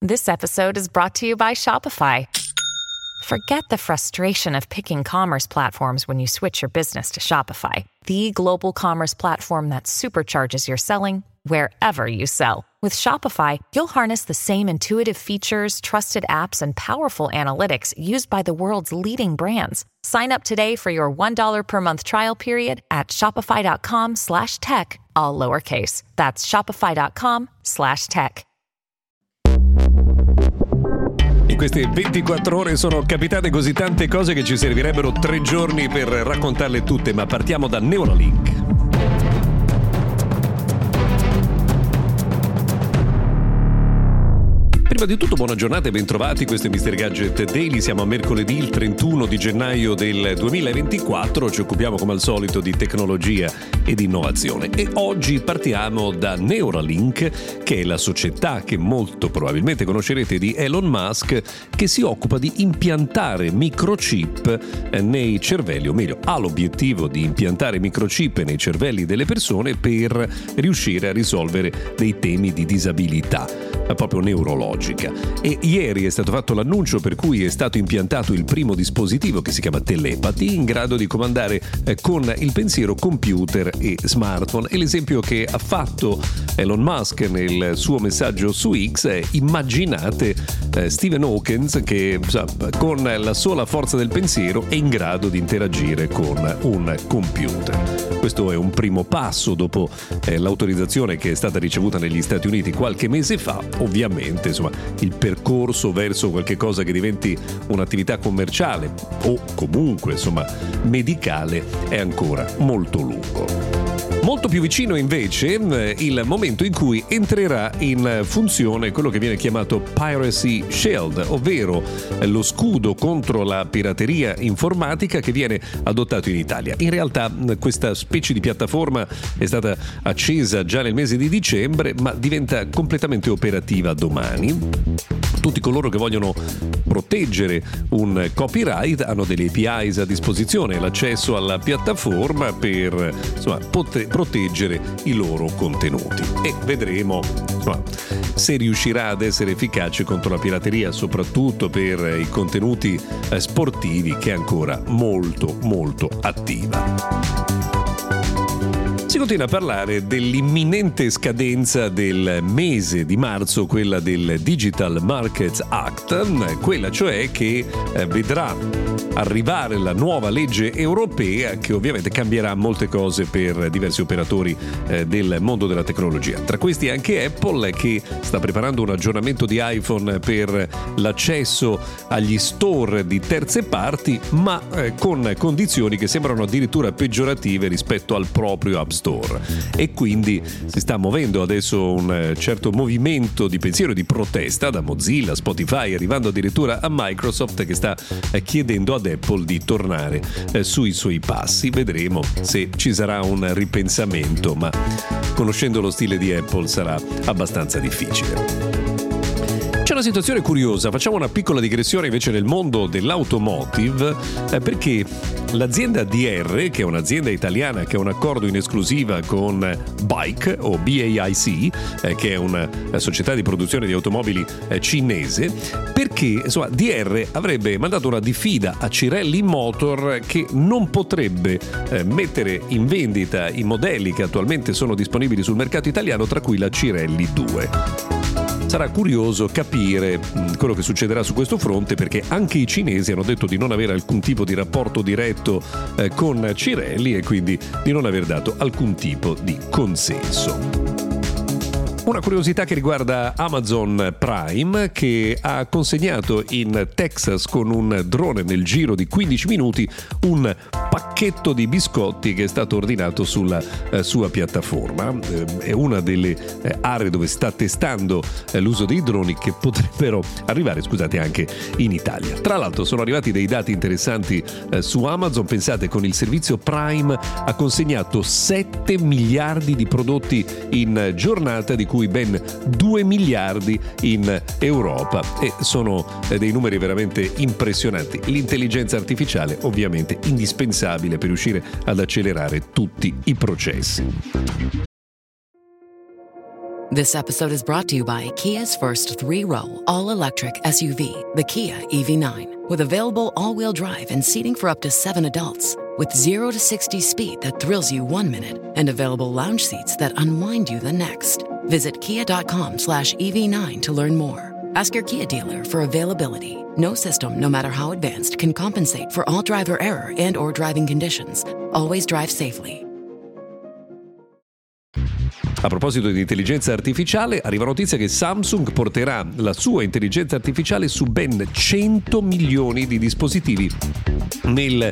This episode is brought to you by Shopify. Forget the frustration of picking commerce platforms when you switch your business to Shopify, the global commerce platform that supercharges your selling wherever you sell. With Shopify, you'll harness the same intuitive features, trusted apps, and powerful analytics used by the world's leading brands. Sign up today for your $1 per month trial period at shopify.com/tech, all lowercase. That's shopify.com/tech. In queste 24 ore sono capitate così tante cose che ci servirebbero 3 giorni per raccontarle tutte, ma partiamo da Neuralink. Prima di tutto buona giornata e bentrovati, questo è Mr. Gadget Daily, siamo a mercoledì il 31 di gennaio del 2024, ci occupiamo come al solito di tecnologia e di innovazione e oggi partiamo da Neuralink, che è la società che molto probabilmente conoscerete di Elon Musk, che si occupa di impiantare microchip nei cervelli, o meglio ha l'obiettivo di impiantare microchip nei cervelli delle persone per riuscire a risolvere dei temi di disabilità proprio neurologica. E ieri è stato fatto l'annuncio per cui è stato impiantato il primo dispositivo che si chiama Telepathy, in grado di comandare con il pensiero computer e smartphone. E l'esempio che ha fatto Elon Musk nel suo messaggio su X è: immaginate Stephen Hawking che con la sola forza del pensiero è in grado di interagire con un computer. Questo è un primo passo dopo l'autorizzazione che è stata ricevuta negli Stati Uniti qualche mese fa. Ovviamente, il percorso verso qualche cosa che diventi un'attività commerciale o comunque, medicale è ancora molto lungo. Molto più vicino invece il momento in cui entrerà in funzione quello che viene chiamato Piracy Shield, ovvero lo scudo contro la pirateria informatica che viene adottato in Italia. In realtà questa specie di piattaforma è stata accesa già nel mese di dicembre, ma diventa completamente operativa domani. Tutti coloro che vogliono proteggere un copyright hanno delle APIs a disposizione, l'accesso alla piattaforma per proteggere i loro contenuti e vedremo se riuscirà ad essere efficace contro la pirateria, soprattutto per i contenuti sportivi, che è ancora molto molto attiva. Si continua a parlare dell'imminente scadenza del mese di marzo, quella del Digital Markets Act, quella cioè che vedrà arrivare la nuova legge europea che ovviamente cambierà molte cose per diversi operatori del mondo della tecnologia. Tra questi anche Apple, che sta preparando un aggiornamento di iPhone per l'accesso agli store di terze parti, ma con condizioni che sembrano addirittura peggiorative rispetto al proprio App Store. E quindi si sta muovendo adesso un certo movimento di pensiero e di protesta da Mozilla, Spotify, arrivando addirittura a Microsoft, che sta chiedendo ad Apple di tornare sui suoi passi. Vedremo se ci sarà un ripensamento, ma conoscendo lo stile di Apple sarà abbastanza difficile. C'è una situazione curiosa, facciamo una piccola digressione invece nel mondo dell'automotive, perché l'azienda DR, che è un'azienda italiana che ha un accordo in esclusiva con BAIC o BAIC, che è una società di produzione di automobili cinese, perché DR avrebbe mandato una diffida a Cirelli Motor, che non potrebbe mettere in vendita i modelli che attualmente sono disponibili sul mercato italiano, tra cui la Cirelli 2. Sarà curioso capire quello che succederà su questo fronte, perché anche i cinesi hanno detto di non avere alcun tipo di rapporto diretto con Cirelli e quindi di non aver dato alcun tipo di consenso. Una curiosità che riguarda Amazon Prime, che ha consegnato in Texas con un drone nel giro di 15 minuti un pacchetto di biscotti che è stato ordinato sulla sua piattaforma. È una delle aree dove sta testando l'uso dei droni, che potrebbero arrivare, anche in Italia. Tra l'altro sono arrivati dei dati interessanti su Amazon. Pensate, con il servizio Prime ha consegnato 7 miliardi di prodotti in giornata, di cui ben 2 miliardi in Europa, e sono dei numeri veramente impressionanti. L'intelligenza artificiale ovviamente indispensabile per riuscire ad accelerare tutti i processi. This episode is brought to you by Kia's first 3-row, all-electric SUV, the Kia EV9, with available all-wheel drive and seating for up to 7 adults, with 0 to 60 speed that thrills you 1 minute, and available lounge seats that unwind you the next. Visit kia.com/EV9 to learn more. Ask your Kia dealer for availability. No system, no matter how advanced, can compensate for all driver error and or driving conditions. Always drive safely. A proposito di intelligenza artificiale, arriva notizia che Samsung porterà la sua intelligenza artificiale su ben 100 milioni di dispositivi nel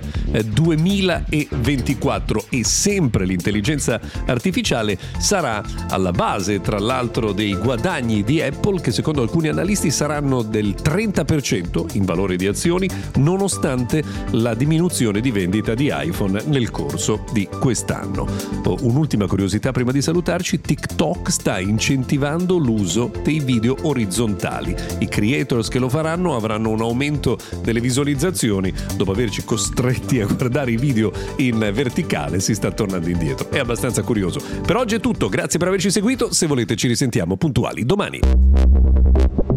2024 e sempre l'intelligenza artificiale sarà alla base, tra l'altro, dei guadagni di Apple, che secondo alcuni analisti saranno del 30% in valore di azioni, nonostante la diminuzione di vendita di iPhone nel corso di quest'anno. Un'ultima curiosità prima di salutarci: TikTok sta incentivando l'uso dei video orizzontali. I creators che lo faranno avranno un aumento delle visualizzazioni. Dopo averci costretti a guardare i video in verticale, si sta tornando indietro. È abbastanza curioso. Per oggi è tutto, grazie per averci seguito. Se volete ci risentiamo puntuali domani.